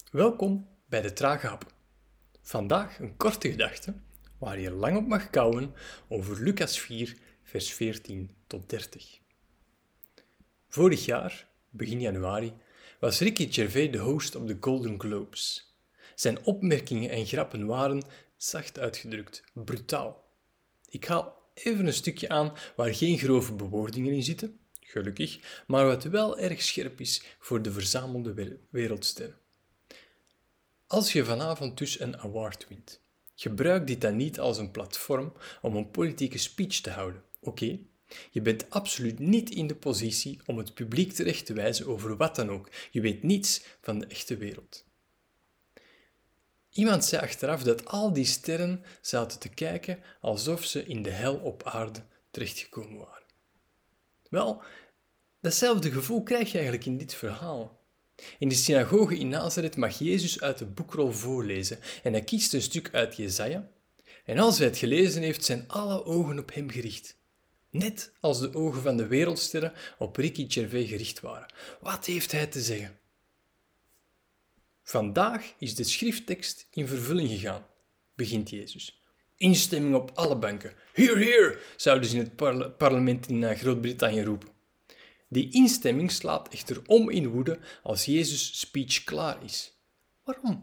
Welkom bij de Trage Hap. Vandaag een korte gedachte waar je lang op mag kouwen over Lucas 4, vers 14 tot 30. Vorig jaar, begin januari, was Ricky Gervais de host op de Golden Globes. Zijn opmerkingen en grappen waren, zacht uitgedrukt, brutaal. Ik haal even een stukje aan waar geen grove bewoordingen in zitten, gelukkig, maar wat wel erg scherp is voor de verzamelde wereldsterren. Als je vanavond dus een award wint, gebruik dit dan niet als een platform om een politieke speech te houden. Oké, je bent absoluut niet in de positie om het publiek terecht te wijzen over wat dan ook. Je weet niets van de echte wereld. Iemand zei achteraf dat al die sterren zaten te kijken alsof ze in de hel op aarde terechtgekomen waren. Wel, datzelfde gevoel krijg je eigenlijk in dit verhaal. In de synagoge in Nazareth mag Jezus uit de boekrol voorlezen en hij kiest een stuk uit Jesaja. En als hij het gelezen heeft, zijn alle ogen op hem gericht. Net als de ogen van de wereldsterren op Ricky Gervais gericht waren. Wat heeft hij te zeggen? Vandaag is de schrifttekst in vervulling gegaan, begint Jezus. Instemming op alle banken. Hear, hear, zouden ze in het parlement in Groot-Brittannië roepen. Die instemming slaat echter om in woede als Jezus' speech klaar is. Waarom?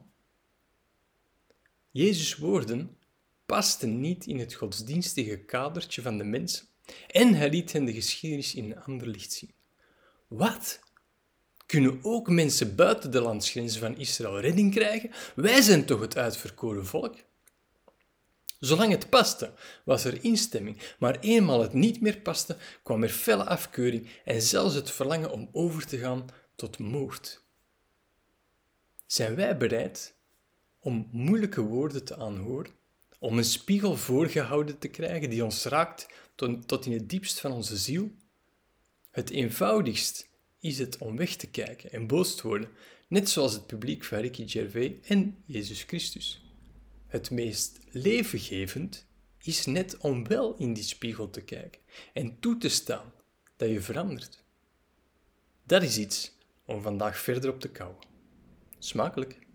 Jezus' woorden pasten niet in het godsdienstige kadertje van de mensen en hij liet hen de geschiedenis in een ander licht zien. Wat? Kunnen ook mensen buiten de landsgrenzen van Israël redding krijgen? Wij zijn toch het uitverkoren volk? Zolang het paste, was er instemming, maar eenmaal het niet meer paste, kwam er felle afkeuring en zelfs het verlangen om over te gaan tot moord. Zijn wij bereid om moeilijke woorden te aanhoren, om een spiegel voorgehouden te krijgen die ons raakt tot in het diepst van onze ziel? Het eenvoudigst is het om weg te kijken en boos te worden, net zoals het publiek van Ricky Gervais en Jezus Christus. Het meest levengevend is net om wel in die spiegel te kijken en toe te staan dat je verandert. Dat is iets om vandaag verder op te kouwen. Smakelijk!